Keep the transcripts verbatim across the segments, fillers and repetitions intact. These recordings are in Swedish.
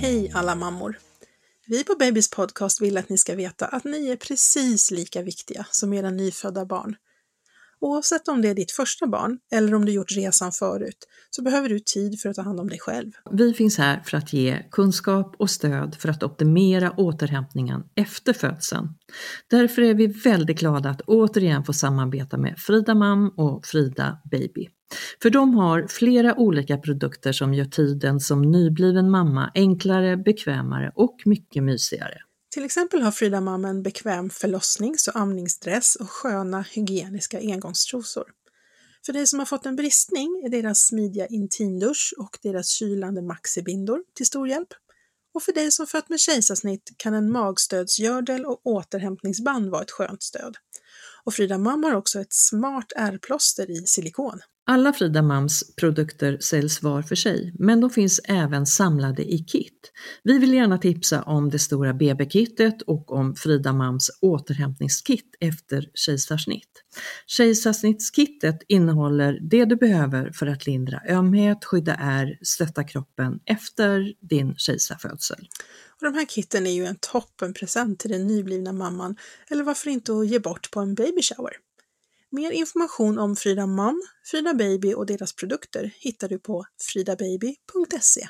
Hej alla mammor! Vi på Babys podcast vill att ni ska veta att ni är precis lika viktiga som era nyfödda barn. Oavsett om det är ditt första barn eller om du gjort resan förut så behöver du tid för att ta hand om dig själv. Vi finns här för att ge kunskap och stöd för att optimera återhämtningen efter födseln. Därför är vi väldigt glada att återigen få samarbeta med Frida Mam och Frida Baby. För de har flera olika produkter som gör tiden som nybliven mamma enklare, bekvämare och mycket mysigare. Till exempel har Frida Mam en bekväm förlossnings- och amningsdress och sköna hygieniska engångstrosor. För dig som har fått en bristning är deras smidiga intimdusch och deras kylande maxibindor till stor hjälp. Och för dig som fött med kejsarsnitt kan en magstödsgördel och återhämtningsband vara ett skönt stöd. Och Frida Mam har också ett smart ärplåster i silikon. Alla Frida Mams produkter säljs var för sig, men de finns även samlade i kit. Vi vill gärna tipsa om det stora B B-kittet och om Frida Mams återhämtningskit efter kejsarsnitt. Kejsarsnittskittet innehåller det du behöver för att lindra ömhet, skydda ärr, stötta kroppen efter din kejsarfödsel. Och de här kitten är ju en toppenpresent till den nyblivna mamman, eller varför inte att ge bort på en baby shower. Mer information om Frida Mam, Frida Baby och deras produkter hittar du på fridababy punkt se.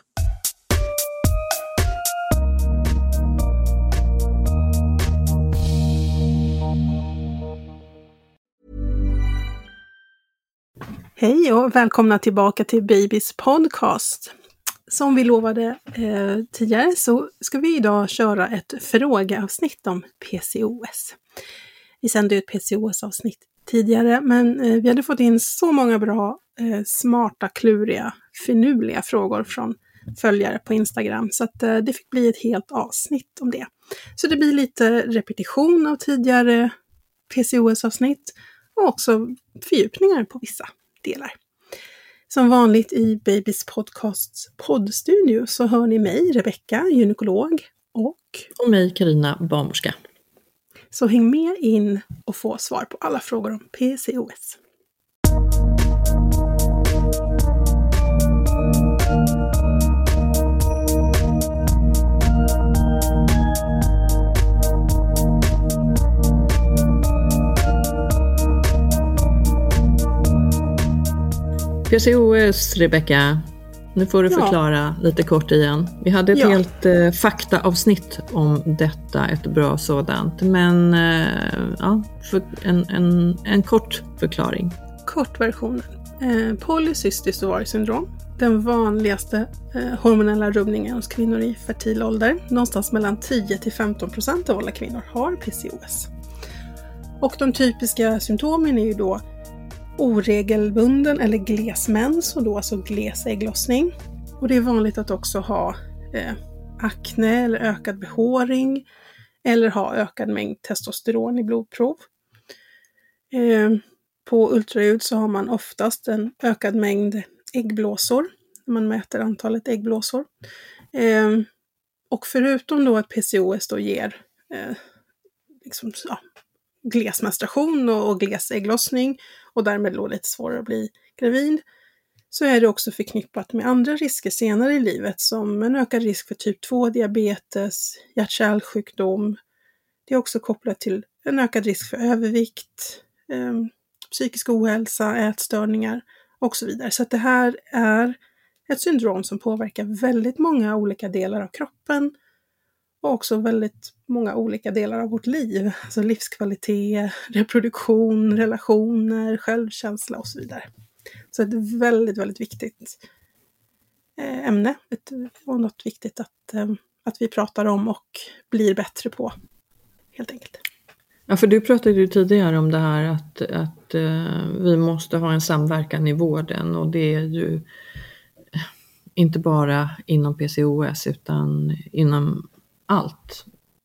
Hej och välkomna tillbaka till Babys podcast. Som vi lovade eh, tidigare så ska vi idag köra ett frågeavsnitt om P C O S. Vi sände ett P C O S-avsnitt tidigare, men eh, vi hade fått in så många bra, eh, smarta, kluriga, finurliga frågor från följare på Instagram så att eh, det fick bli ett helt avsnitt om det. Så det blir lite repetition av tidigare P C O S-avsnitt och också fördjupningar på vissa delar. Som vanligt i Babys podcasts poddstudio så hör ni mig, Rebecka, gynekolog, och... Och mig, Carina, barnmorska. Så häng med in och få svar på alla frågor om P C O S. P C O S, Rebecka, nu får du förklara ja. lite kort igen. Vi hade ett ja. helt eh, faktaavsnitt om detta, ett bra sådant. Men eh, ja, för en, en, en kort förklaring. Kortversionen. Eh, polycystiskt ovariesyndrom. Den vanligaste eh, hormonella rubbningen hos kvinnor i fertil ålder. Någonstans mellan tio till femton procent av alla kvinnor har P C O S. Och de typiska symptomen är ju då oregelbunden eller gles mens och då alltså gles ägglossning. Och det är vanligt att också ha eh, akne eller ökad behåring eller ha ökad mängd testosteron i blodprov. Eh, på ultraljud så har man oftast en ökad mängd äggblåsor när man mäter antalet äggblåsor. Eh, och förutom då att P C O S då ger eh, liksom, ja, gles menstruation och, och gles ägglossning och därmed då lite svårare att bli gravid, så är det också förknippat med andra risker senare i livet som en ökad risk för typ två diabetes, hjärt-kärlsjukdom. Det är också kopplat till en ökad risk för övervikt, eh, psykisk ohälsa, ätstörningar och så vidare. Så att det här är ett syndrom som påverkar väldigt många olika delar av kroppen och också väldigt många olika delar av vårt liv. Alltså livskvalitet, reproduktion, relationer, självkänsla och så vidare. Så det är ett väldigt, väldigt viktigt ämne. Och något viktigt att, att vi pratar om och blir bättre på, helt enkelt. Ja, för du pratade ju tidigare om det här att, att uh, vi måste ha en samverkan i vården. Och det är ju inte bara inom P C O S utan inom allt.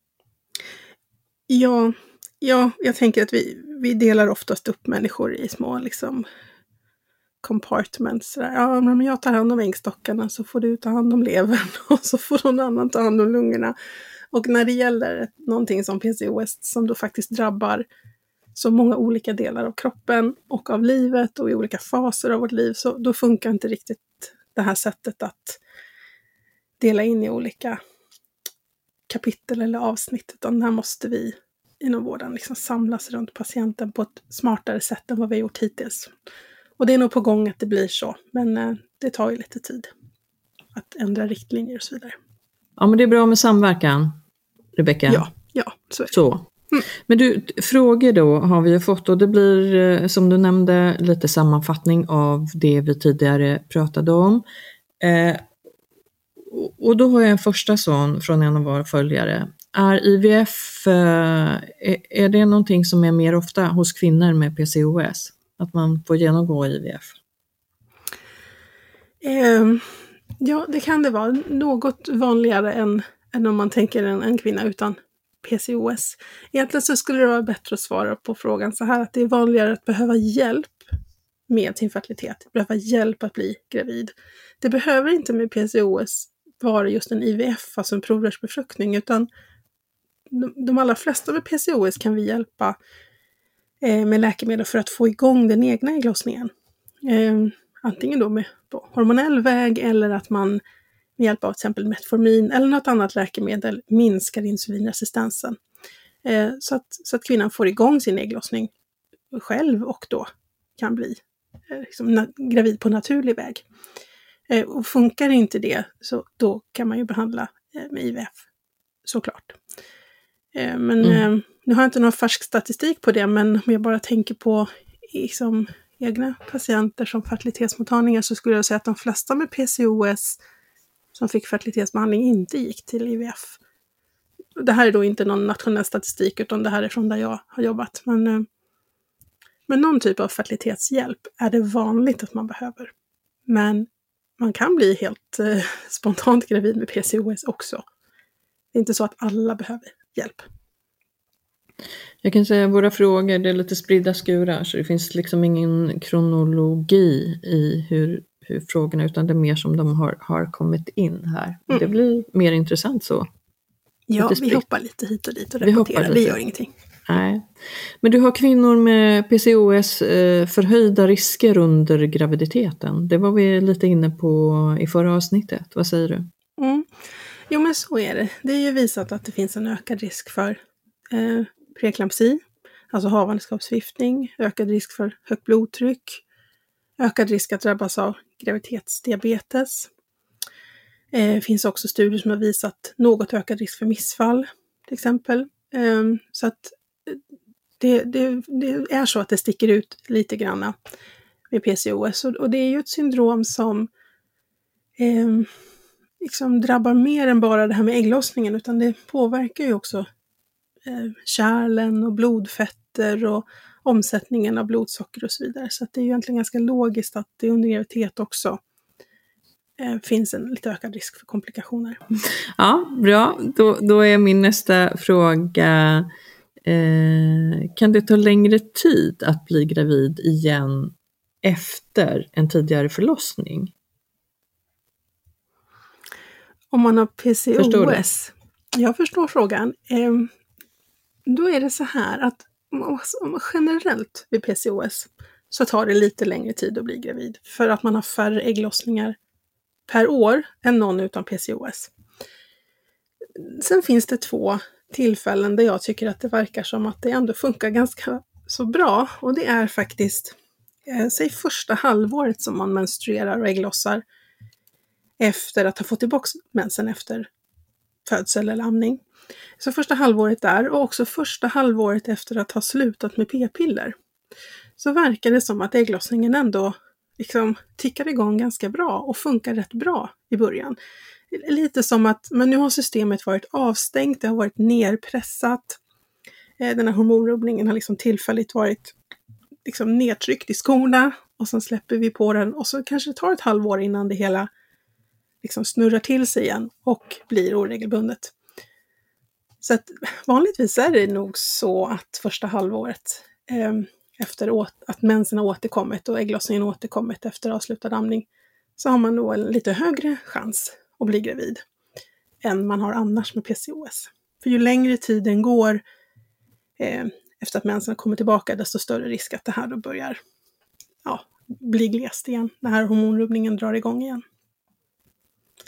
Ja, ja, jag tänker att vi, vi delar oftast upp människor i små liksom, compartments. Ja, men jag tar hand om äggstockarna så får du ta hand om levern och så får någon annan ta hand om lungorna. Och när det gäller någonting som P C O S som då faktiskt drabbar så många olika delar av kroppen och av livet och i olika faser av vårt liv, så då funkar inte riktigt det här sättet att dela in i olika kapitel eller avsnitt, utan här måste vi inom vården liksom samlas runt patienten på ett smartare sätt än vad vi har gjort hittills. Och det är nog på gång att det blir så, men eh, det tar ju lite tid att ändra riktlinjer och så vidare. Ja, men det är bra med samverkan, Rebecka. Ja, ja, så är det. Så. Mm. Men du, frågor då har vi ju fått, och det blir som du nämnde lite sammanfattning av det vi tidigare pratade om. Eh, och då har jag en första sån från en av våra följare. Är I V F, eh, är, är det någonting som är mer ofta hos kvinnor med P C O S? Att man får genomgå I V F? Eh, ja, det kan det vara. Något vanligare än, än om man tänker en, en kvinna utan P C O S. Egentligen så skulle det vara bättre att svara på frågan så här, att det är vanligare att behöva hjälp med sin fertilitet, behöva hjälp att bli gravid. Det behöver inte med P C O S vara just en I V F, alltså en provrörsbefruktning, utan de, de allra flesta med P C O S kan vi hjälpa eh, med läkemedel för att få igång den egna ägglossningen. Eh, antingen då med på hormonell väg, eller att man med hjälp av till exempel Metformin eller något annat läkemedel minskar insulinresistensen. Eh, så, att, så att kvinnan får igång sin ägglossning själv och då kan bli eh, liksom, na- gravid på naturlig väg. Eh, och funkar inte det, så då kan man ju behandla eh, med I V F, såklart. Eh, men mm. eh, nu har jag inte någon färsk statistik på det, men om jag bara tänker på liksom, egna patienter som fertilitetsmottagningar, så skulle jag säga att de flesta med P C O S som fick fertilitetsbehandling inte gick till I V F. Det här är då inte någon nationell statistik, utan det här är från där jag har jobbat. Men, eh, men någon typ av fertilitetshjälp är det vanligt att man behöver. Men man kan bli helt eh, spontant gravid med P C O S också. Det är inte så att alla behöver hjälp. Jag kan säga att våra frågor, det är lite spridda skurar, så det finns liksom ingen kronologi i hur, hur frågorna, utan det är mer som de har, har kommit in här. Mm. Det blir mer intressant så. Ja, vi hoppar lite hit och dit och rapporterar, det gör ingenting. Nej. Men du har kvinnor med P C O S eh, förhöjda risker under graviditeten. Det var vi lite inne på i förra avsnittet. Vad säger du? Mm. Jo, men så är det. Det är ju visat att det finns en ökad risk för eh, preeklampsi, alltså havandeskapsförgiftning, ökad risk för högt blodtryck, ökad risk att drabbas av graviditetsdiabetes. Det eh, finns också studier som har visat något ökad risk för missfall, till exempel. Eh, så att det, det, det är så att det sticker ut lite grann med P C O S. Och, och det är ju ett syndrom som eh, liksom drabbar mer än bara det här med ägglossningen, utan det påverkar ju också eh, kärlen och blodfetter och omsättningen av blodsocker och så vidare. Så att det är ju egentligen ganska logiskt att det under graviditet också eh, finns en lite ökad risk för komplikationer. Ja, bra. Då, då är min nästa fråga, eh, kan det ta längre tid att bli gravid igen efter en tidigare förlossning? Om man har P C O S. Jag förstår frågan. Eh, då är det så här att om man generellt vid P C O S så tar det lite längre tid att bli gravid. För att man har färre ägglossningar per år än någon utan P C O S. Sen finns det två tillfällen där jag tycker att det verkar som att det ändå funkar ganska så bra. Och det är faktiskt, eh, säg första halvåret som man menstruerar och ägglossar efter att ha fått tillbaka mensen efter födsel eller amning. Så första halvåret där, och också första halvåret efter att ha slutat med p-piller, så verkar det som att ägglossningen ändå liksom tickar igång ganska bra och funkar rätt bra i början. Lite som att, men nu har systemet varit avstängt, det har varit nerpressat. Den här hormonrubbningen har liksom tillfälligt varit liksom nedtryckt i skorna, och sen släpper vi på den, och så kanske det tar ett halvår innan det hela liksom snurrar till sig igen och blir oregelbundet. Så att vanligtvis är det nog så att första halvåret eh, efter åt, att mensen har återkommit och ägglossningen återkommit efter avslutad amning, så har man nog en lite högre chans att bli gravid än man har annars med P C O S. För ju längre tiden går eh, efter att mensen har kommit tillbaka, desto större risk att det här då börjar ja, bli glest igen. Den här hormonrubbningen drar igång igen.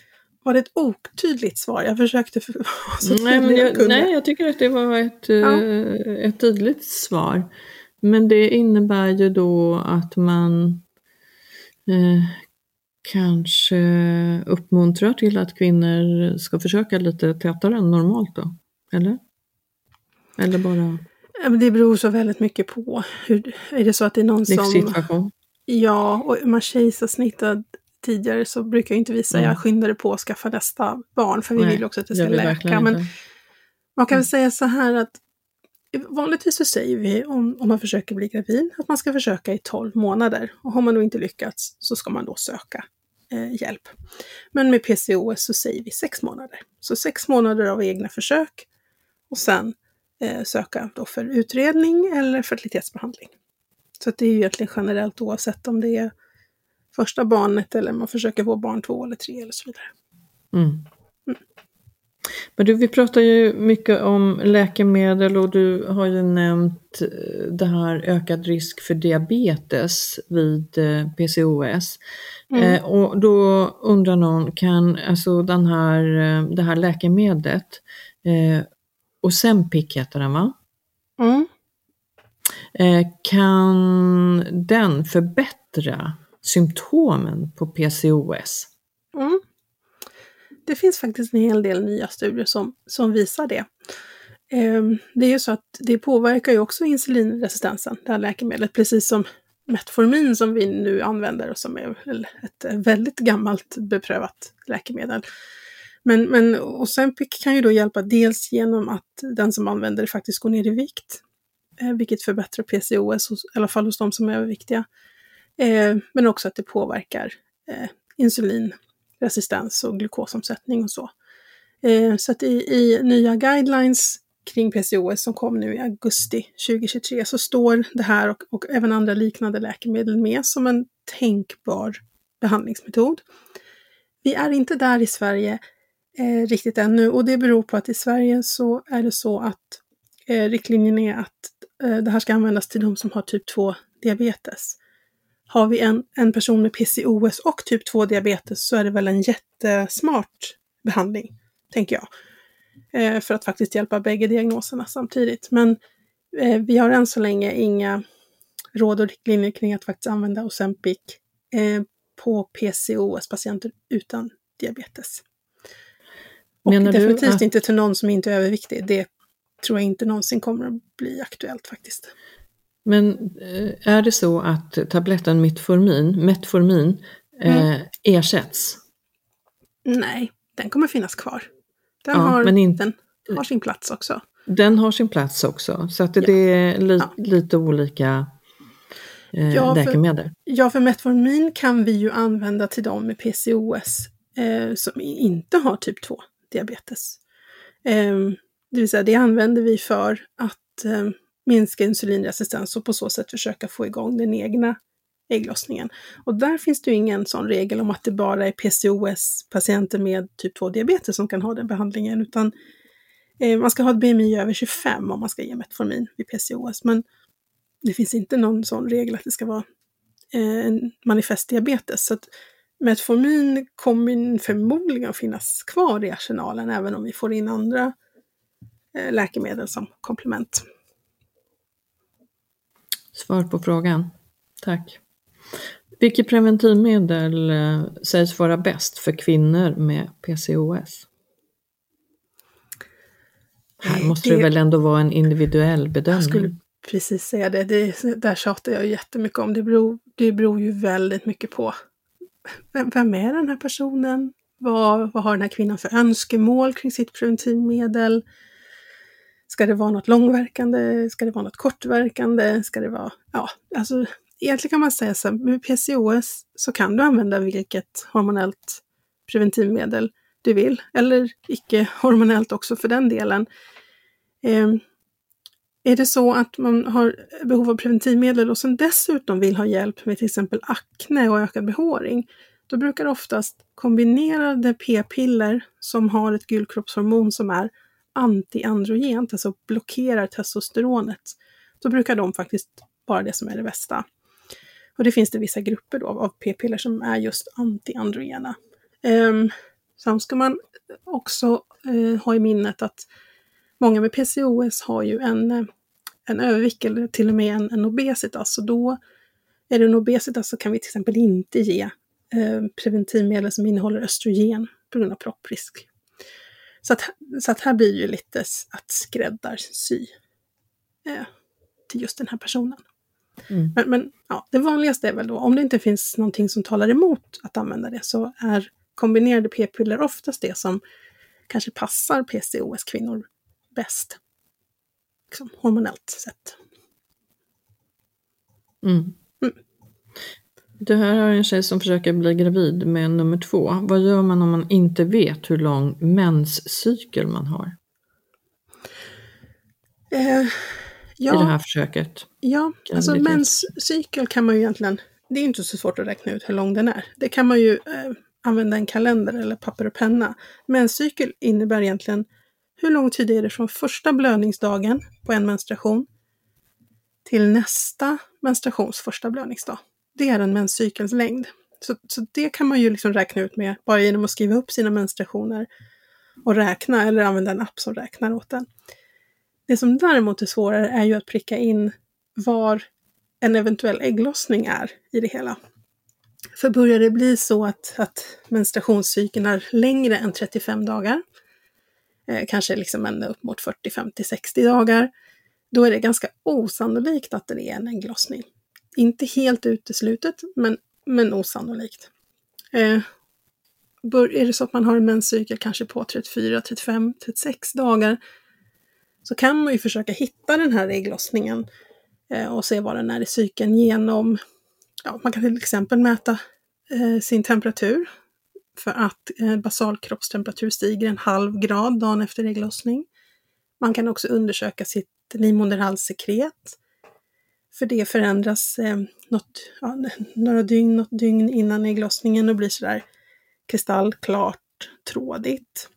var det ett otydligt svar? Jag försökte för, så nej, men jag, jag nej, jag tycker att det var ett, ja. ett tydligt svar. Men det innebär ju då att man eh, kanske uppmuntrar till att kvinnor ska försöka lite tätare än normalt då, eller? Eller bara... Det beror så väldigt mycket på. Hur, är det så att det är någon som... Ja, och är man kejsarsnittad tidigare så brukar jag inte vi säga mm. skynda dig på att skaffa nästa barn, för vi Nej, vill också att det ska läka. Men man kan väl mm. säga så här att vanligtvis så säger vi om, om man försöker bli gravid att man ska försöka i tolv månader. Och har man då inte lyckats så ska man då söka eh, hjälp. Men med P C O S så säger vi sex månader. Så sex månader av egna försök och sen eh, söka då för utredning eller fertilitetsbehandling. Så att det är ju egentligen generellt oavsett om det är första barnet eller man försöker få barn två eller tre eller så vidare. Mm. Mm. Men du, vi pratar ju mycket om läkemedel och du har ju nämnt det här ökad risk för diabetes vid P C O S. Mm. Eh, och då undrar någon, kan alltså den här, det här läkemedlet, eh, Ozempic heter den va? Mm. Eh, kan den förbättra symptomen på P C O S? Mm. Det finns faktiskt en hel del nya studier som, som visar det. Eh, det är ju så att det påverkar ju också insulinresistensen, det här läkemedlet, precis som Metformin som vi nu använder och som är ett väldigt gammalt beprövat läkemedel. Men, men Ozempic kan ju då hjälpa dels genom att den som använder det faktiskt går ner i vikt, eh, vilket förbättrar P C O S, hos, i alla fall hos de som är överviktiga. Eh, men också att det påverkar eh, insulinresistens och glukosomsättning och så. Eh, så att i, i nya guidelines kring P C O S som kom nu i augusti tjugohundratjugotre så står det här och, och även andra liknande läkemedel med som en tänkbar behandlingsmetod. Vi är inte där i Sverige eh, riktigt ännu, och det beror på att i Sverige så är det så att eh, riktlinjen är att eh, det här ska användas till de som har typ två diabetes. Har vi en, en person med P C O S och typ två diabetes så är det väl en jättesmart behandling, tänker jag. Eh, för att faktiskt hjälpa bägge diagnoserna samtidigt. Men eh, vi har än så länge inga råd och riktlinjer kring att faktiskt använda Ozempic eh, på P C O S-patienter utan diabetes. Och Menar definitivt att... inte till någon som inte är överviktig. Det tror jag inte någonsin kommer att bli aktuellt faktiskt. Men är det så att tabletten Metformin, Metformin mm. eh, ersätts? Nej, den kommer finnas kvar. Den, ja, har, men in... den har sin plats också. Den har sin plats också, så att det, ja. det är li- ja. lite olika eh, ja, läkemedel. För, ja, för Metformin kan vi ju använda till dem med P C O S eh, som inte har typ två diabetes. Eh, det vill säga, det använder vi för att eh, minska insulinresistens och på så sätt försöka få igång den egna ägglossningen. Och där finns det ju ingen sån regel om att det bara är P C O S-patienter med typ två diabetes som kan ha den behandlingen, utan eh, man ska ha ett B M I över tjugofem om man ska ge Metformin vid P C O S, men det finns inte någon sån regel att det ska vara eh, en manifest diabetes. Så att Metformin kommer förmodligen att finnas kvar i arsenalen även om vi får in andra eh, läkemedel som komplement. Svar på frågan. Tack. Vilket preventivmedel eh, sägs vara bäst för kvinnor med P C O S? Här måste det, det väl ändå vara en individuell bedömning. Jag skulle precis säga det. det där tjatar jag jättemycket om. Det beror, det beror ju väldigt mycket på vem, vem är den här personen? Vad, vad har den här kvinnan för önskemål kring sitt preventivmedel? Ska det vara något långverkande? Ska det vara något kortverkande? Ska det vara, ja, alltså egentligen kan man säga så här, med P C O S så kan du använda vilket hormonellt preventivmedel du vill, eller icke hormonellt också för den delen. Eh, är det så att man har behov av preventivmedel och sen dessutom vill ha hjälp med till exempel akne och ökad behåring, då brukar oftast kombinerade p-piller som har ett gulkroppshormon som är antiandrogent, alltså blockerar testosteronet, då brukar de faktiskt vara det som är det bästa. Och det finns det vissa grupper då av p-piller som är just antiandrogena. Um, Sen ska man också eh, ha i minnet att många med P C O S har ju en, en övervikt eller till och med en, en obesitas. Så då är det en obesitas så kan vi till exempel inte ge eh, preventivmedel som innehåller östrogen på grund av propprisk. Så att, så att här blir det ju lite att skräddarsy eh, till just den här personen. Mm. Men, men ja, det vanligaste är väl då, om det inte finns någonting som talar emot att använda det, så är kombinerade p-piller oftast det som kanske passar P C O S-kvinnor bäst. Liksom, hormonellt sett. Mm. Mm. Det här är en tjej som försöker bli gravid med nummer två. Vad gör man om man inte vet hur lång menscykel man har? Eh, ja, I det här försöket. Ja, alltså menscykel kan man ju egentligen, det är inte så svårt att räkna ut hur lång den är. Det kan man ju eh, använda en kalender eller papper och penna. Menscykel innebär egentligen hur lång tid är det från första blödningsdagen på en menstruation till nästa menstruations första blödningsdag. Det är en menscykels längd. Så, så det kan man ju liksom räkna ut med bara genom att skriva upp sina menstruationer och räkna eller använda en app som räknar åt den. Det som däremot är svårare är ju att pricka in var en eventuell ägglossning är i det hela. För börjar det bli så att, att menstruationscykeln är längre än trettiofem dagar, eh, kanske liksom ända upp mot fyrtio, femtio, sextio dagar, då är det ganska osannolikt att det är en ägglossning. Inte helt uteslutet, men, men osannolikt. Eh, bör, är det så att man har en menscykel kanske på trettiofyra, trettiofem, trettiosex dagar, så kan man ju försöka hitta den här ägglossningen eh, och se vad den är i cykeln genom, ja, man kan till exempel mäta eh, sin temperatur, för att eh, basalkroppstemperatur stiger en halv grad dagen efter ägglossning. Man kan också undersöka sitt livmoderhalssekret, för det förändras eh, något, ja, några dygn, något dygn innan ägglossningen och blir sådär kristallklart trådigt.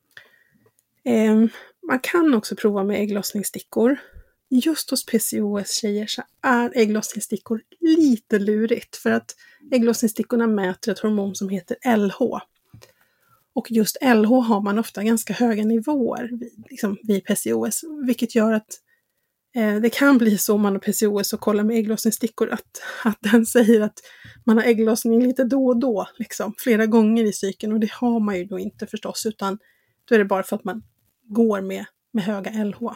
Eh, Man kan också prova med ägglossningsstickor. Just hos P C O S-tjejer så är ägglossningsstickor lite lurigt, för att ägglossningsstickorna mäter ett hormon som heter L H. Och just L H har man ofta ganska höga nivåer vid, liksom, vid P C O S, vilket gör att eh, det kan bli så om man har P C O S och kollar med ägglossningsstickor att, att den säger att man har ägglossning lite då och då, liksom, flera gånger i cykeln, och det har man ju då inte förstås, utan då är det bara för att man går med, med höga L H.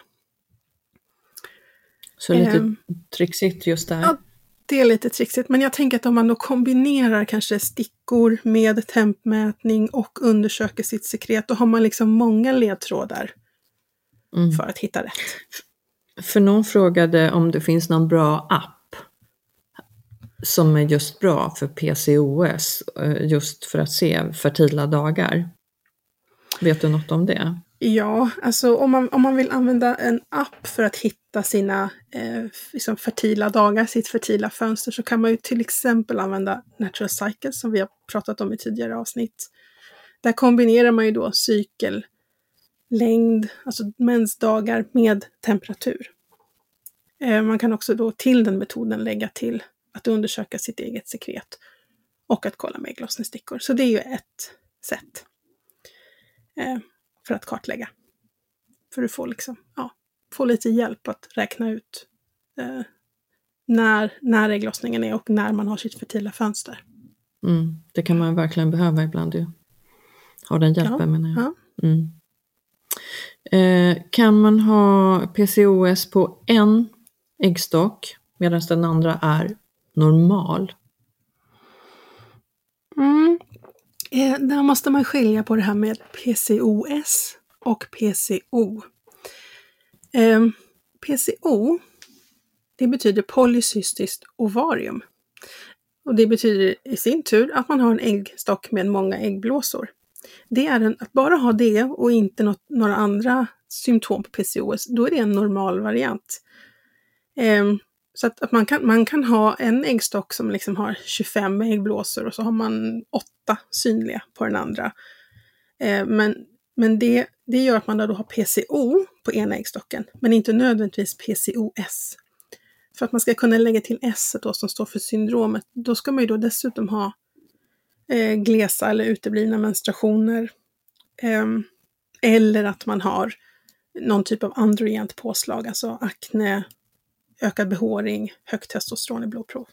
Så lite um, trixigt just där. Ja, det är lite trixigt. Men jag tänker att om man då kombinerar kanske stickor med tempmätning och undersöker sitt sekret, då har man liksom många ledtrådar mm. för att hitta rätt. För någon frågade om det finns någon bra app som är just bra för P C O S, just för att se fertila dagar. Vet du något om det? Ja, alltså om man, om man vill använda en app för att hitta sina eh, liksom fertila dagar, sitt fertila fönster, så kan man ju till exempel använda Natural Cycles som vi har pratat om i tidigare avsnitt. Där kombinerar man ju då cykellängd, alltså mensdagar, med temperatur. Eh, man kan också då till den metoden lägga till att undersöka sitt eget sekret och att kolla med ägglossningsstickor. Så det är ju ett sätt eh, för att kartlägga. För att få, liksom, ja, få lite hjälp att räkna ut eh, när, när ägglossningen är och när man har sitt fertila fönster. Mm, det kan man verkligen behöva ibland ju. Ha den hjälpen, ja, menar jag. Ja. Mm. Eh, kan man ha P C O S på en äggstock medan den andra är normal? Mm. Eh, där måste man skilja på det här med P C O S och P C O. Eh, P C O, det betyder polycystiskt ovarium. Och det betyder i sin tur att man har en äggstock med många äggblåsor. Det är en, att bara ha det och inte något, några andra symptom på P C O S, då är det en normal variant. Eh, så att, att man, kan, man kan ha en äggstock som liksom har tjugofem äggblåsor och så har man åtta synliga på den andra. Eh, men men det, det gör att man då har P C O på ena äggstocken, men inte nödvändigtvis P C O S. För att man ska kunna lägga till S då, som står för syndromet, då ska man ju då dessutom ha eh, glesa eller uteblivna menstruationer, Eh, eller att man har någon typ av androgent påslag, alltså akne, ökad behåring, högt testosteron i blodprov.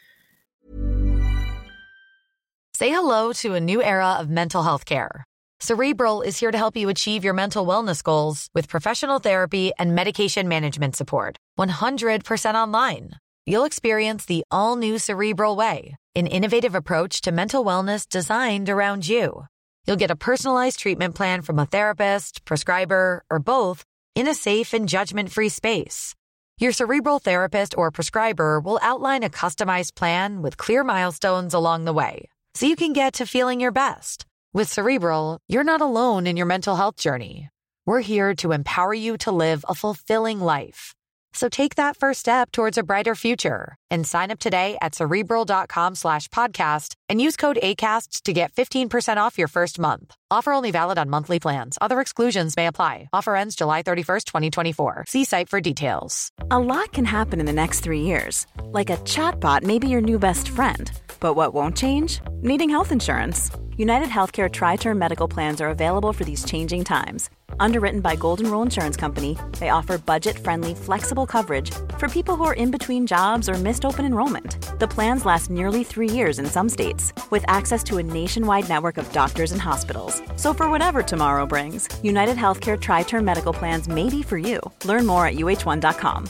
Say hello to a new era of mental health care. Cerebral is here to help you achieve your mental wellness goals with professional therapy and medication management support. one hundred percent online. You'll experience the all-new Cerebral Way, an innovative approach to mental wellness designed around you. You'll get a personalized treatment plan from a therapist, prescriber, or both in a safe and judgment-free space. Your Cerebral therapist or prescriber will outline a customized plan with clear milestones along the way, so you can get to feeling your best. With Cerebral, you're not alone in your mental health journey. We're here to empower you to live a fulfilling life. So take that first step towards a brighter future and sign up today at Cerebral.com slash podcast and use code ACAST to get fifteen percent off your first month. Offer only valid on monthly plans. Other exclusions may apply. Offer ends July thirty-first, twenty twenty-four. See site for details. A lot can happen in the next three years. Like a chatbot may be your new best friend. But what won't change? Needing health insurance. United Healthcare Tri-Term Medical Plans are available for these changing times. Underwritten by Golden Rule Insurance Company, they offer budget-friendly, flexible coverage for people who are in between jobs or missed open enrollment. The plans last nearly three years in some states, with access to a nationwide network of doctors and hospitals. So for whatever tomorrow brings, United Healthcare Tri-Term Medical Plans may be for you. Learn more at U H one dot com.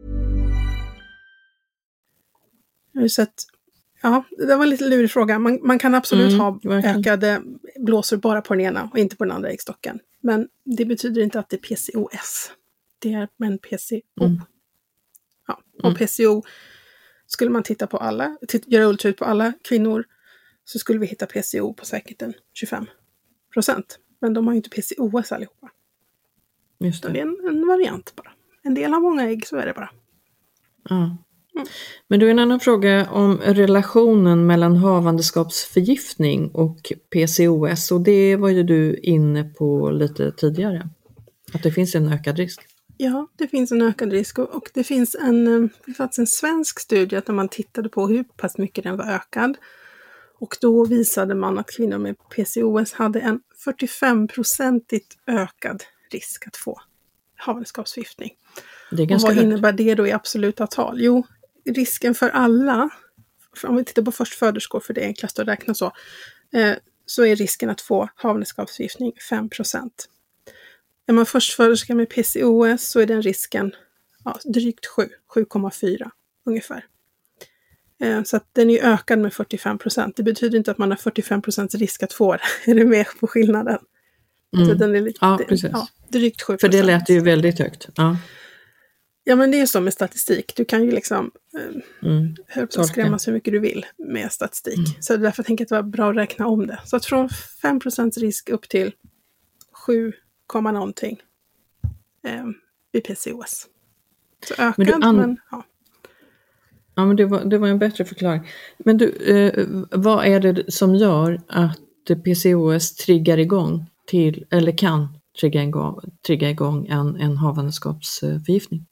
Så att, ja, det var en lite lurig fråga. Man, man kan absolut Mm, ha verkligen. ökade blåsor bara på den ena och inte på den andra äggstocken. Men det betyder inte att det är P C O S. Det är en P C O. Mm. Ja, och Mm. P C O, skulle man titta på alla, titt, göra ultraljud på alla kvinnor, så skulle vi hitta P C O på säkert en tjugofem procent. Men de har ju inte P C O S allihopa. Just Så det det. är en, en variant bara. En del har många ägg, så är det bara. Ja. Mm. Men du, en annan fråga om relationen mellan havandeskapsförgiftning och P C O S, och det var ju du inne på lite tidigare, att det finns en ökad risk. Ja, det finns en ökad risk och, och det finns en, eh, det fanns en svensk studie där man tittade på hur pass mycket den var ökad. Och då visade man att kvinnor med P C O S hade en fyrtiofem-procentigt ökad risk att få havandeskapsförgiftning. Det är Och ganska vad högt. innebär det då i absoluta tal? Jo, risken för alla, om vi tittar på förstföderskor, för det är enklast att räkna så, eh, så är risken att få havandeskapsförgiftning fem procent. Är man förstföderska med P C O S så är den risken ja, drygt sju, sju komma fyra ungefär. Eh, så att den är ökad med fyrtiofem procent. Det betyder inte att man har fyrtiofem procent risk att få det. Är du med på skillnaden? Mm. Så den är lite, Ja, precis. ja, drygt sju procent. För det lät ju väldigt högt. Ja. Ja, men det är så med statistik. Du kan ju liksom eh, Mm. höll på att Tolka. skrämma så mycket du vill med statistik. Mm. Så därför tänker jag att det var bra att räkna om det. Så att från fem procent risk upp till sju, någonting eh, vid P C O S. Så ökad, Men men, du an- ja. Ja, men det var, det var en bättre förklaring. Men du, eh, vad är det som gör att P C O S triggar igång till, eller kan trigga igång, trigga igång en, en havandeskapsförgiftning?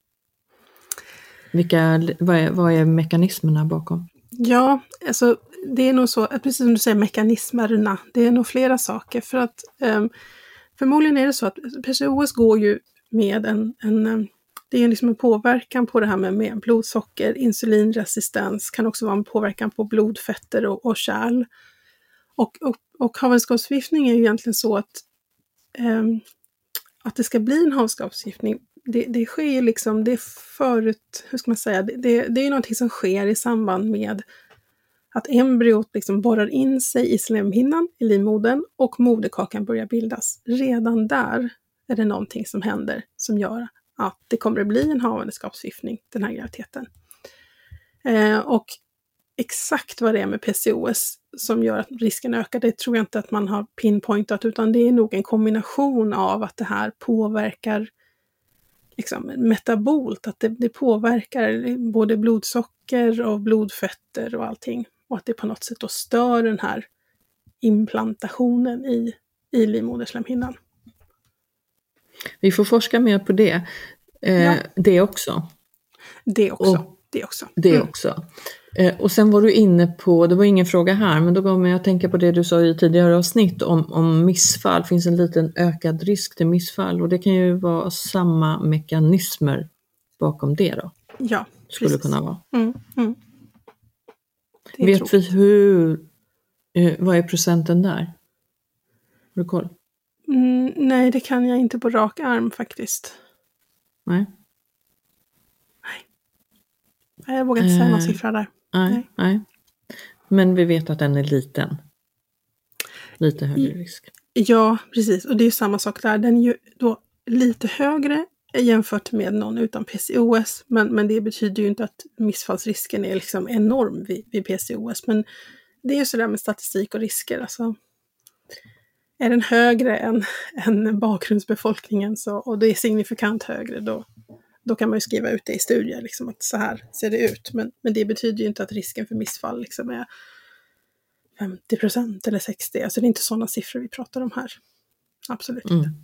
Vilka, vad, är, vad är mekanismerna bakom? Ja, alltså det är nog så, precis som du säger, mekanismerna. Det är nog flera saker. För att eh, förmodligen är det så att P C O S går ju med en, en det är liksom en påverkan på det här med, med blodsocker, insulinresistens, kan också vara en påverkan på blodfetter och, och kärl. Och, och, och havandeskapsförgiftning är ju egentligen så att, eh, att det ska bli en havandeskapsförgiftning. Det, det sker ju liksom, det är förut, hur ska man säga, det, det, det är ju någonting som sker i samband med att embryot liksom borrar in sig i slemhinnan, i livmodern, och moderkakan börjar bildas. Redan där är det någonting som händer som gör att det kommer att bli en havandeskapsförgiftning den här graviditeten. Eh, och exakt vad det är med P C O S som gör att risken ökar, det tror jag inte att man har pinpointat, utan det är nog en kombination av att det här påverkar liksom metabolt, att det, det påverkar både blodsocker och blodfetter och allting, och att det på något sätt då stör den här implantationen i, i livmoderslemhinnan. Vi får forska mer på det. Eh, Ja. Det också. Det också. Och, det också. Det Mm. också. Eh, och sen var du inne på, det var ingen fråga här, men då gav mig att tänka på det du sa i tidigare avsnitt om, om missfall. Finns en liten ökad risk till missfall, och det kan ju vara samma mekanismer bakom det då. Ja, skulle precis. kunna vara. Mm, mm. Vet tråkigt. vi hur, eh, vad är procenten där? Har du koll? Mm, nej, det kan jag inte på rak arm faktiskt. Nej. Nej, jag vågar inte säga Eh, någon siffra där. Nej, Nej. nej. Men vi vet att den är liten. Lite högre I- risk. Ja, precis. Och det är ju samma sak där. Den är ju då lite högre jämfört med någon utan P C O S. Men, men det betyder ju inte att missfallsrisken är liksom enorm vid, vid P C O S. Men det är ju sådär med statistik och risker. Alltså, är den högre än, än bakgrundsbefolkningen så, och det är signifikant högre, då, då kan man ju skriva ut det i studier. Liksom, att så här ser det ut. Men, men det betyder ju inte att risken för missfall liksom är femtio procent eller sextio procent. Alltså det är inte sådana siffror vi pratar om här. Absolut inte. Mm.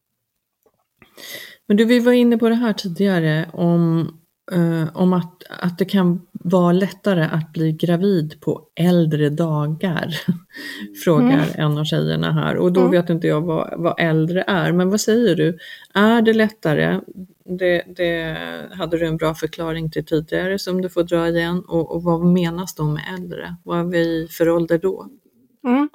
Men du, vi var inne på det här tidigare om, eh, om att, att det kan vara lättare att bli gravid på äldre dagar. Frågar Mm. en av tjejerna här. Och då Mm. vet inte jag vad, vad äldre är. Men vad säger du? Är det lättare? Det, det hade du en bra förklaring till tidigare som du får dra igen. Och, och vad menas då med äldre? Vad är vi för ålder då? Mm.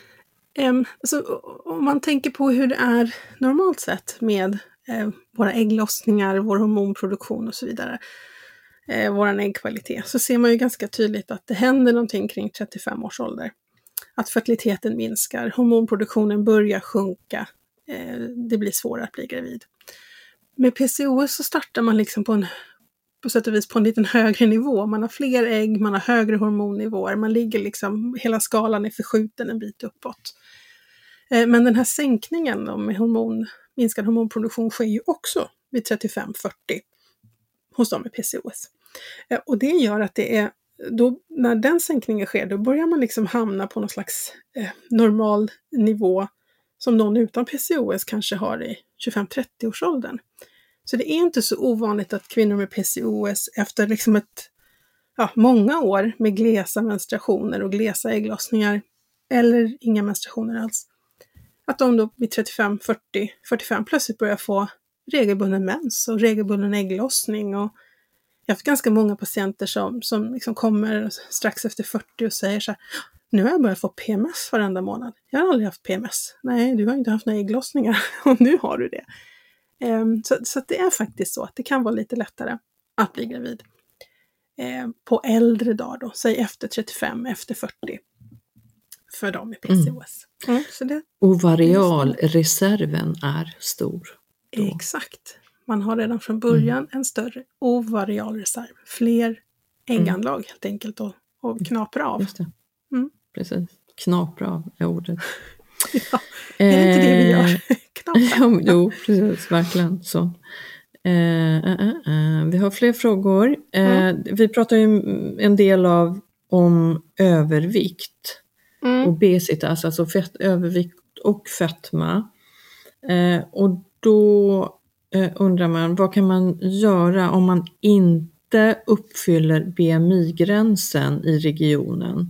Um, alltså, om man tänker på hur det är normalt sett med eh, våra ägglossningar, vår hormonproduktion och så vidare, eh, vår äggkvalitet, så ser man ju ganska tydligt att det händer någonting kring trettiofem års ålder. Att fertiliteten minskar, hormonproduktionen börjar sjunka, eh, det blir svårare att bli gravid. Med P C O S så startar man liksom på en på sätt och vis på en liten högre nivå. Man har fler ägg, man har högre hormonnivåer, man ligger liksom, hela skalan är förskjuten en bit uppåt. Eh, men den här sänkningen då, med hormon, minskad hormonproduktion sker ju också vid trettiofem fyrtio hos dem med P C O S. Eh, och det gör att det är, då, när den sänkningen sker, då börjar man liksom hamna på någon slags eh, normal nivå som någon utan P C O S kanske har i tjugofem trettio års åldern. Så det är inte så ovanligt att kvinnor med P C O S efter liksom ett, ja, många år med glesa menstruationer och glesa ägglossningar eller inga menstruationer alls, att de då vid trettiofem fyrtio fyrtiofem plötsligt börjar få regelbunden mens och regelbunden ägglossning. Och jag har haft ganska många patienter som, som liksom kommer strax efter fyrtio och säger så här: nu har jag börjat få P M S varenda månad. Jag har aldrig haft P M S. Nej, du har inte haft några ägglossningar och nu har du det. Um, så, så det är faktiskt så att det kan vara lite lättare att bli gravid um, på äldre dagar då, säg efter trettiofem, efter fyrtio för dem med P C O S. Mm. Mm, så det, Ovarialreserven är stor. Då. Exakt. Man har redan från början mm. en större ovarialreserv. Fler ägganlag mm. helt enkelt och, och knapra av. Just det. Mm. Precis. Knapra av är ordet. Ja, är det inte det vi gör? Ja, jo, precis, verkligen så. Eh, eh, eh, vi har fler frågor. Eh, mm. Vi pratar ju en del av om övervikt, mm. obesitas, alltså fett, övervikt och fetma. Eh, och då eh, undrar man, vad kan man göra om man inte uppfyller B M I-gränsen i regionen?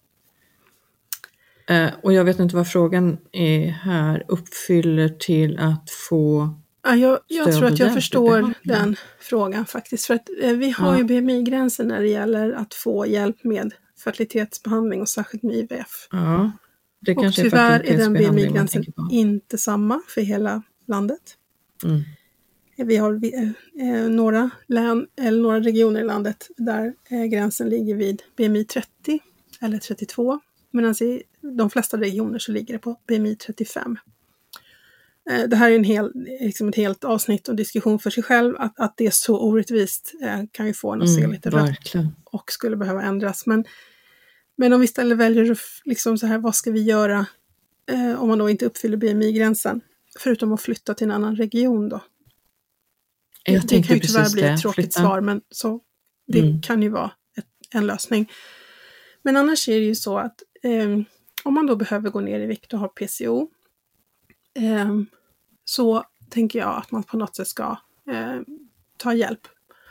Uh, och jag vet inte vad frågan är här, uppfyller till att få ja, jag, jag tror att jag förstår den frågan faktiskt. För att eh, vi har ja. ju B M I-gränsen när det gäller att få hjälp med fertilitetsbehandling och särskilt med I V F. Ja, det och kanske tyvärr är, är den B M I-gränsen inte samma för hela landet. Mm. Vi har eh, några län eller några regioner i landet där eh, gränsen ligger vid B M I trettio eller trettiotvå. Medan i de flesta regioner så ligger det på B M I trettiofem. Eh, det här är en hel, liksom ett helt avsnitt och diskussion för sig själv. Att, att det är så orättvist eh, kan ju få en att se lite mm, rätt och skulle behöva ändras. Men, men om vi istället väljer liksom så här, vad ska vi göra eh, om man då inte uppfyller B M I-gränsen? Förutom att flytta till en annan region då. Jag det kan ju tyvärr bli ett det. tråkigt Flytta. svar, men så, det mm. kan ju vara ett, en lösning. Men annars är det ju så att eh, om man då behöver gå ner i vikt och ha P C O eh, så tänker jag att man på något sätt ska eh, ta hjälp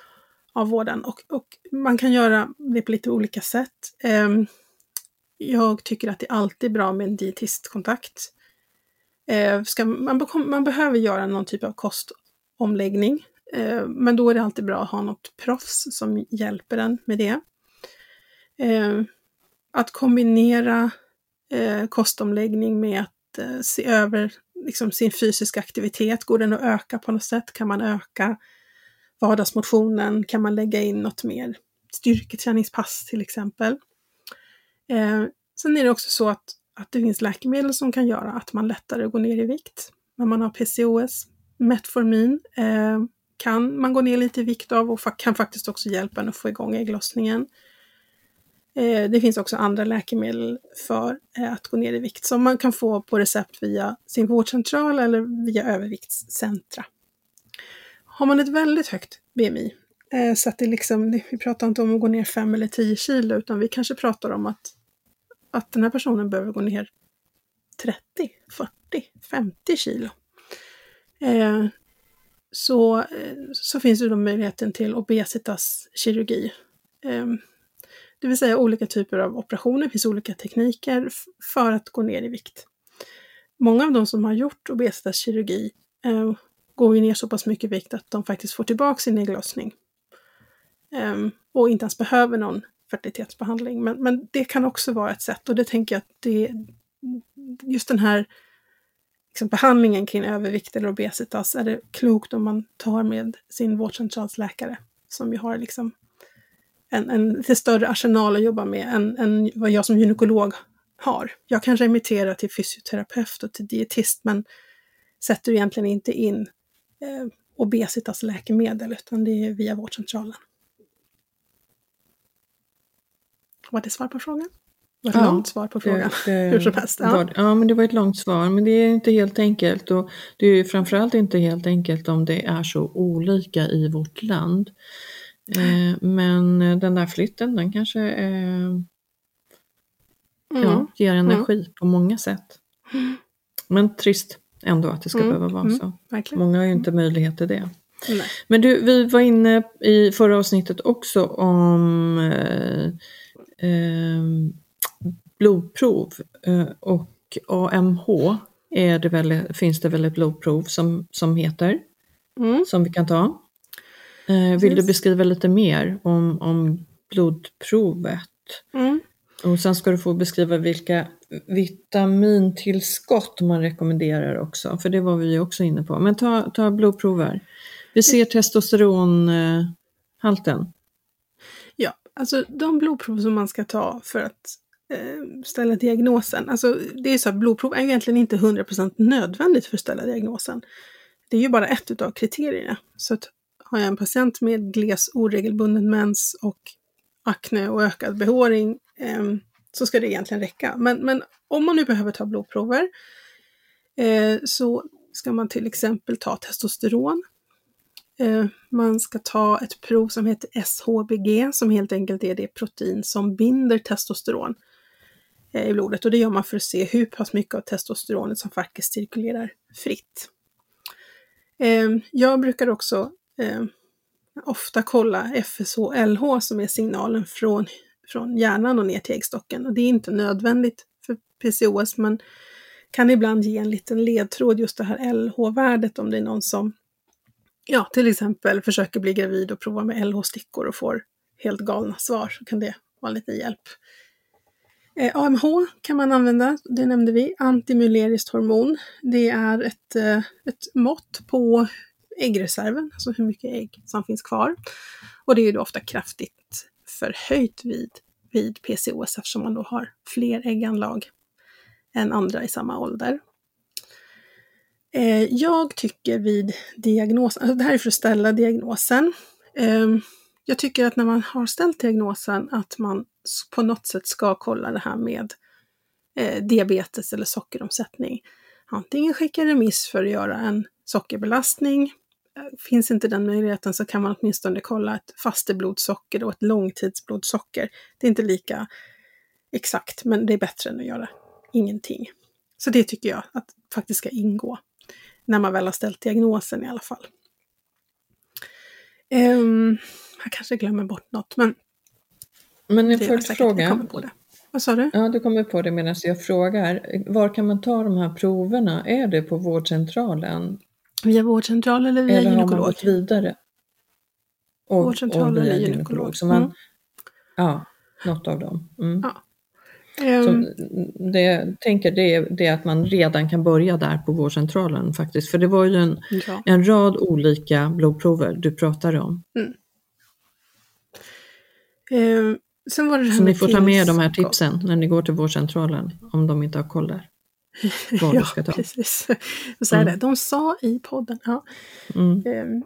av vården. Och, och man kan göra det på lite olika sätt. Eh, jag tycker att det alltid är bra med en dietistkontakt. Eh, ska, man, man behöver göra någon typ av kostomläggning. Eh, men då är det alltid bra att ha något proffs som hjälper en med det. Eh, att kombinera eh, kostomläggning med att eh, se över liksom, sin fysiska aktivitet. Går den att öka på något sätt? Kan man öka vardagsmotionen? Kan man lägga in något mer styrketräningspass till exempel? Eh, sen är det också så att, att det finns läkemedel som kan göra att man lättare går ner i vikt. När man har P C O S, Metformin eh, kan man gå ner lite i vikt av och fa- kan faktiskt också hjälpa en att få igång ägglossningen. Eh, det finns också andra läkemedel för eh, att gå ner i vikt som man kan få på recept via sin vårdcentral eller via överviktscentra. Har man ett väldigt högt B M I, eh, så att det liksom, vi pratar inte om att gå ner fem eller tio kilo, utan vi kanske pratar om att, att den här personen behöver gå ner trettio, fyrtio, femtio kilo. Eh, så, eh, så finns det då möjligheten till obesitaskirurgi. Eh, det vill säga olika typer av operationer, det finns olika tekniker f- för att gå ner i vikt. Många av de som har gjort obesitaskirurgi eh, går ju ner så pass mycket vikt att de faktiskt får tillbaka sin ägglossning. Um, och inte ens behöver någon fertilitetsbehandling. Men, men det kan också vara ett sätt. Och det tänker jag att det, just den här liksom, behandlingen kring övervikt eller obesitas är det klokt om man tar med sin vårdcentralsläkare. Som ju har liksom en, en lite större arsenal att jobba med än, än vad jag som gynekolog har. Jag kan remittera till fysioterapeut och till dietist, men sätter egentligen inte in eh, obesitas läkemedel, utan det är via vårdcentralen. Var det svar på frågan? Var det ja, långt svar på frågan? Det, det, Hur som helst. Ja. Var, ja, men det var ett långt svar, men det är inte helt enkelt. Och det är ju framförallt inte helt enkelt om det är så olika i vårt land. Eh, men den där flytten, den kanske eh, mm. ja, ger energi mm. på många sätt. Mm. Men trist ändå att det ska mm. behöva vara mm. så. Verkligen. Många har ju inte mm. möjlighet till det. Nej. Men du, vi var inne i förra avsnittet också om eh, eh, blodprov eh, och A M H är det väl, finns det väl ett blodprov som, som heter mm. som vi kan ta. Eh, vill du beskriva lite mer om, om blodprovet? Mm. Och sen ska du få beskriva vilka vitamintillskott man rekommenderar också. För det var vi ju också inne på. Men ta, ta blodprover. Vi ser testosteronhalten. Ja, alltså de blodprov som man ska ta för att eh, ställa diagnosen. Alltså det är så att blodprov är egentligen inte hundra procent nödvändigt för att ställa diagnosen. Det är ju bara ett utav kriterierna. Så att har jag en patient med gles, oregelbunden mens och akne och ökad behåring eh, så ska det egentligen räcka. Men, men om man nu behöver ta blodprover eh, så ska man till exempel ta testosteron. Eh, man ska ta ett prov som heter S H B G som helt enkelt är det protein som binder testosteron eh, i blodet. Och det gör man för att se hur pass mycket av testosteronet som faktiskt cirkulerar fritt. Eh, jag brukar också eh, ofta kolla F S H L H som är signalen från från hjärnan och ner till äggstocken. Och det är inte nödvändigt för P C O S, men kan ibland ge en liten ledtråd just det här L H-värdet om det är någon som ja, till exempel försöker bli gravid och prova med L H-stickor och får helt galna svar, så kan det vara en liten hjälp. Eh, A M H kan man använda, det nämnde vi, antimuleriskt hormon. Det är ett, eh, ett mått på äggreserven, alltså hur mycket ägg som finns kvar. Och det är ju då ofta kraftigt förhöjt vid, vid P C O S eftersom man då har fler ägganlag än andra i samma ålder. Eh, jag tycker vid diagnosen, alltså det här är för att ställa diagnosen. Eh, jag tycker att när man har ställt diagnosen att man på något sätt ska kolla det här med eh, diabetes eller sockeromsättning. Antingen skicka remiss för att göra en sockerbelastning. Finns inte den möjligheten så kan man åtminstone kolla ett fasteblodsocker och ett långtidsblodsocker. Det är inte lika exakt, men det är bättre än att göra ingenting. Så det tycker jag att faktiskt ska ingå när man väl har ställt diagnosen i alla fall. Um, jag kanske glömmer bort något, men... Men en följdfråga. Vad sa du? Ja, du kommer på det medan jag frågar. Var kan man ta de här proverna? Är det på vårdcentralen? Via vårdcentral eller via eller gynekolog? Eller har man gått vidare? Och, vårdcentral och via eller gynekolog. gynekolog. Så man, mm. Ja, något av dem. Mm. Ja. Så Um, det, jag tänker det är, det är att man redan kan börja där på vårdcentralen faktiskt. För det var ju en, ja. en rad olika blodprover du pratade om. Mm. Um, sen var det det så ni får ta med tillskott. de här tipsen när ni går till vårdcentralen om de inte har koll där. Vad ja, du ska ta. precis. Så mm. det. De sa i podden. Ja. Mm. Um,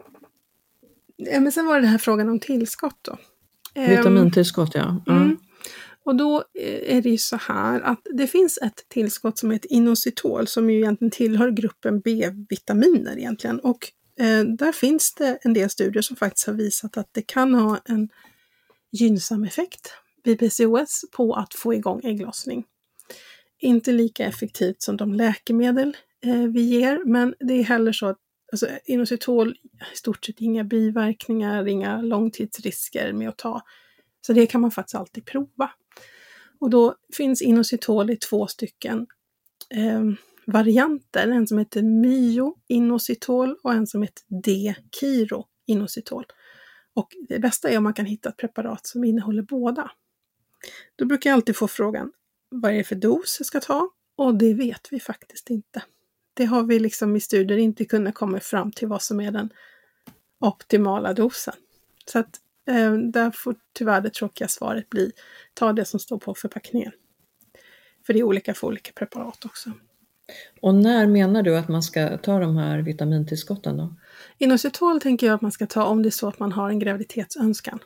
ja, men sen var det den här frågan om tillskott då. Um, Vitamintillskott, ja. Mm. Mm. Och då är det ju så här att det finns ett tillskott som heter inositol som ju egentligen tillhör gruppen B-vitaminer egentligen. Och eh, där finns det en del studier som faktiskt har visat att det kan ha en gynnsam effekt vid P C O S på att få igång ägglossning. Inte lika effektivt som de läkemedel eh, vi ger, men det är heller så att alltså, inositol i stort sett inga biverkningar, inga långtidsrisker med att ta. Så det kan man faktiskt alltid prova. Och då finns inositol i två stycken eh, varianter. En som heter myo-inositol och en som heter D-kiro-inositol. Och det bästa är om man kan hitta ett preparat som innehåller båda. Då brukar jag alltid få frågan, vad är det för dos jag ska ta? Och det vet vi faktiskt inte. Det har vi liksom i studier inte kunnat komma fram till vad som är den optimala dosen. Så att eh, där får tyvärr det tråkiga svaret bli, ta det som står på förpackningen. För det är olika för olika preparat också. Och när menar du att man ska ta de här vitamintillskotten då? Inositol tänker jag att man ska ta om det är så att man har en graviditetsönskan.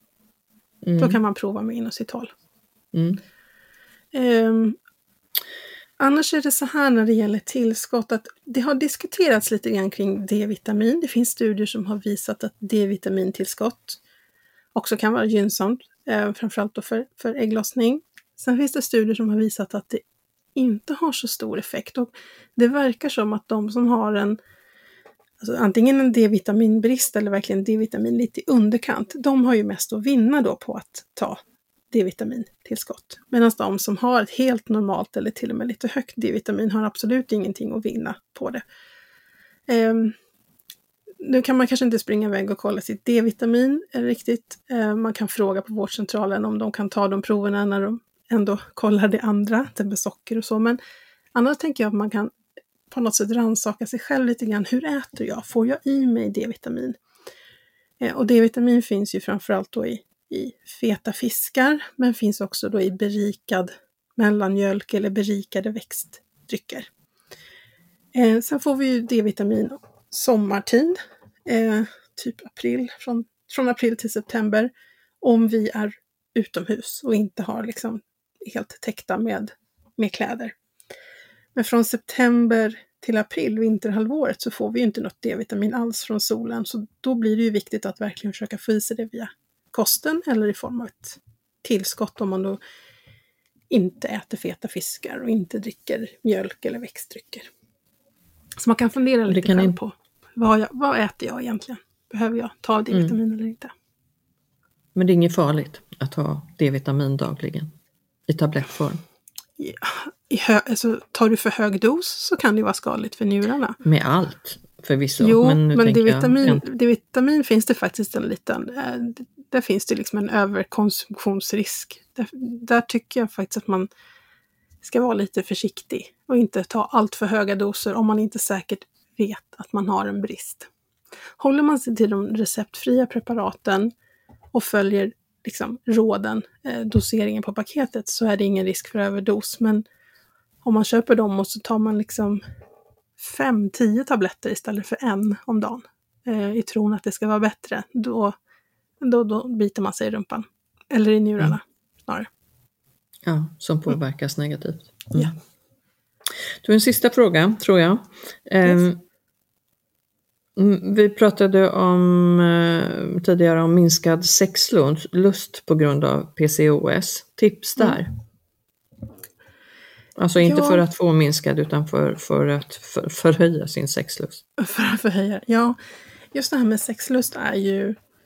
Mm. Då kan man prova med inositol. Mm. Um, annars är det så här när det gäller tillskott att det har diskuterats lite grann kring D-vitamin. Det finns studier som har visat att D-vitamintillskott också kan vara gynnsamt, eh, framförallt då för, för ägglossning. Sen finns det studier som har visat att det inte har så stor effekt. Och det verkar som att de som har en alltså antingen en D-vitaminbrist eller verkligen D-vitamin lite i underkant, de har ju mest att vinna då på att ta D-vitamintillskott. Medan de som har ett helt normalt eller till och med lite högt D-vitamin har absolut ingenting att vinna på det. Um, nu kan man kanske inte springa iväg och kolla sitt D-vitamin riktigt. Uh, man kan fråga på vårdcentralen om de kan ta de proverna när de ändå kollar det andra, det med socker och så. Men annars tänker jag att man kan på något sätt rannsaka sig själv lite grann. Hur äter jag? Får jag i mig D-vitamin? Eh, och D-vitamin finns ju framförallt då i, i feta fiskar, men finns också då i berikad mellanmjölk eller berikade växtdrycker. Eh, sen får vi ju D-vitamin sommartid, eh, typ april, från, från april till september, om vi är utomhus och inte har liksom helt täckta med, med kläder. Men från september till april, vinterhalvåret, så får vi ju inte något D-vitamin alls från solen. Så då blir det ju viktigt att verkligen försöka få i sig det via kosten eller i form av ett tillskott om man då inte äter feta fiskar och inte dricker mjölk eller växtdrycker. Så man kan fundera lite kan själv in... på vad, jag, vad äter jag egentligen? Behöver jag ta D-vitamin mm. eller inte? Men det är inget farligt att ha D-vitamin dagligen i tablettform? Ja, i hö- alltså, tar du för hög dos så kan det vara skadligt för njurarna. Med allt förvisso. Jo, men, nu men D-vitamin, jag... D-vitamin finns det faktiskt en liten, äh, där finns det liksom en överkonsumtionsrisk. Där, där tycker jag faktiskt att man ska vara lite försiktig och inte ta allt för höga doser om man inte säkert vet att man har en brist. Håller man sig till de receptfria preparaten och följer liksom råden, eh, doseringen på paketet, så är det ingen risk för överdos. Men om man köper dem och så tar man liksom fem, tio tabletter istället för en om dagen eh, i tron att det ska vara bättre, då, då, då biter man sig i rumpan. Eller i njurarna mm. snarare. Ja, som påverkas mm. negativt. Mm. Ja. Du, en sista fråga, tror jag. Yes. Um, Vi pratade om eh, tidigare om minskad sexlust på grund av P C O S. Tips där? Mm. Alltså inte ja. för att få minskad utan för, för att för, förhöja sin sexlust. För att förhöja, ja. Just det här med sexlust är ju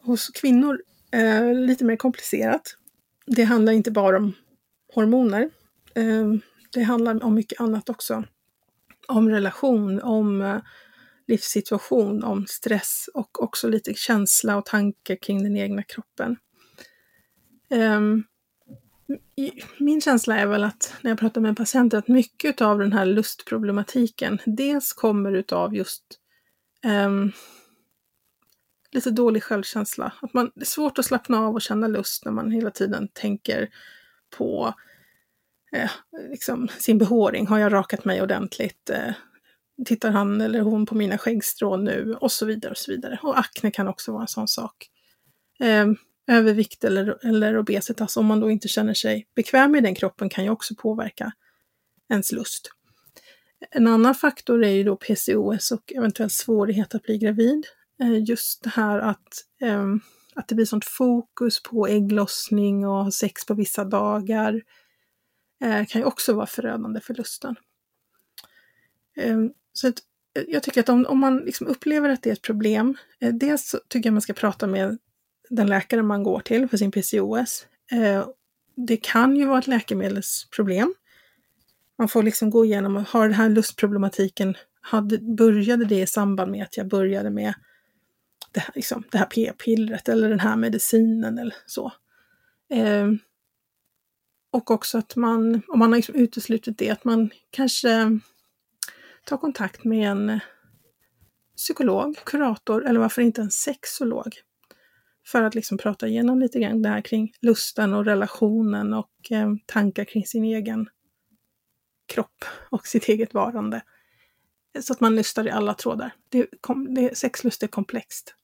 hos kvinnor är lite mer komplicerat. Det handlar inte bara om hormoner. Eh, det handlar om mycket annat också. Om relation, om eh, livssituation, om stress och också lite känsla och tankar kring den egna kroppen. Eh, min känsla är väl att när jag pratar med patienter att mycket av den här lustproblematiken dels kommer utav just eh, lite dålig självkänsla. Att man, det är svårt att slappna av och känna lust när man hela tiden tänker på eh, liksom sin behåring. Har jag rakat mig ordentligt? Eh, tittar han eller hon på mina skäggstrån nu? Och så vidare och så vidare. Och akne kan också vara en sån sak. Eh, övervikt eller, eller obesitas, om man då inte känner sig bekväm med den kroppen, kan ju också påverka ens lust. En annan faktor är ju då P C O S och eventuellt svårighet att bli gravid. Just det här att, um, att det blir sånt fokus på ägglossning och sex på vissa dagar uh, kan ju också vara förödande för lusten. Um, så att, jag tycker att om, om man liksom upplever att det är ett problem, uh, dels så tycker jag man ska prata med den läkare man går till för sin P C O S. Uh, det kan ju vara ett läkemedelsproblem. Man får liksom gå igenom, och har den här lustproblematiken, hade, började det i samband med att jag började med det här, liksom, det här p-pillret eller den här medicinen eller så. Eh, och också att man, om man har liksom uteslutit det, att man kanske tar kontakt med en psykolog, kurator eller varför inte en sexolog. För att liksom prata igenom lite grann det här kring lusten och relationen och eh, tankar kring sin egen kropp och sitt eget varande. Så att man nystar i alla trådar. Det, kom, det, sexlust är komplext.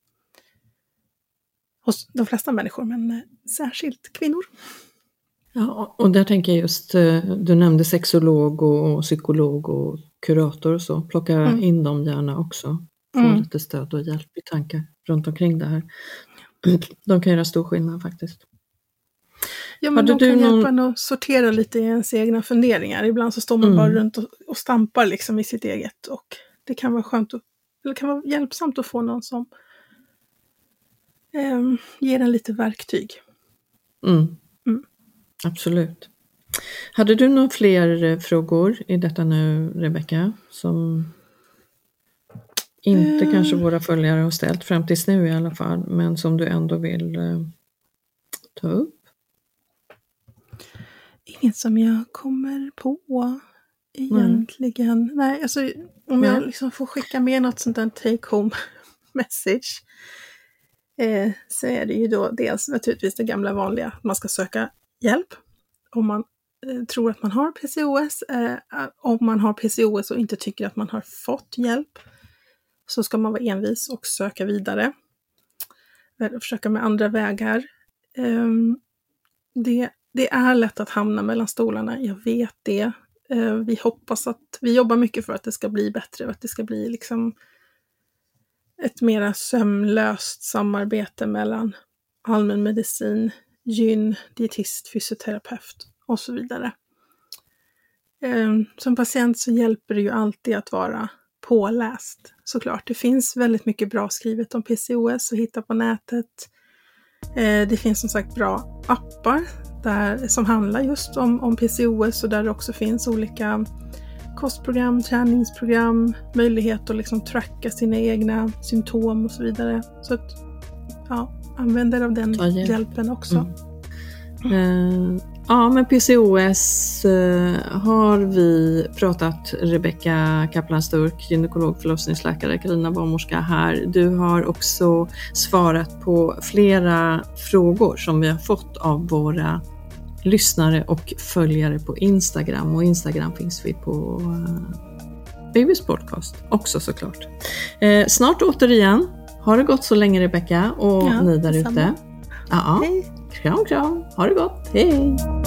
Hos de flesta människor, men eh, särskilt kvinnor. Ja, och där tänker jag just, du nämnde sexolog och psykolog och kurator och så. Plocka mm. in dem gärna också. Få mm. lite stöd och hjälp i tankar runt omkring det här. De kan göra stor skillnad faktiskt. Ja, men Hade de kan någon... hjälpa en att sortera lite i ens egna funderingar. Ibland så står man mm. bara runt och, och stampar liksom i sitt eget. Och det kan vara skönt att, eller kan vara hjälpsamt att få någon som eh, ger en lite verktyg. Mm. Mm. Absolut. Hade du några fler frågor i detta nu, Rebecka, som inte uh... kanske våra följare har ställt fram tills nu i alla fall, men som du ändå vill uh, ta upp? Inget som jag kommer på egentligen. Mm. Nej, alltså om jag liksom får skicka med något sånt där take home message eh, så är det ju då dels naturligtvis det gamla vanliga. Man ska söka hjälp om man eh, tror att man har P C O S. Eh, om man har P C O S och inte tycker att man har fått hjälp, så ska man vara envis och söka vidare. Försöka med andra vägar. Eh, det Det är lätt att hamna mellan stolarna, jag vet det. Eh, vi hoppas att, vi jobbar mycket för att det ska bli bättre och att det ska bli liksom ett mera sömlöst samarbete mellan allmänmedicin, gyn, dietist, fysioterapeut och så vidare. Eh, som patient så hjälper det ju alltid att vara påläst, såklart. Det finns väldigt mycket bra skrivet om P C O S att hitta på nätet. Eh, det finns som sagt bra appar där, som handlar just om, om P C O S, och där det också finns olika kostprogram, träningsprogram, möjlighet att liksom tracka sina egna symptom och så vidare. Så att, ja, använder av den hjälp. hjälpen också. Mm. Uh, ja, men P C O S uh, har vi pratat, Rebecka Kaplan-Sturk, gynekolog, förlossningsläkare, Carina barnmorska här. Du har också svarat på flera frågor som vi har fått av våra lyssnare och följare på Instagram, och Instagram finns vi på uh, Babys podcast också såklart. Uh, snart återigen. Har det gått så länge, Rebecka, och ja, ni där ute. Ja, kram kram. Ha det gott. Hej.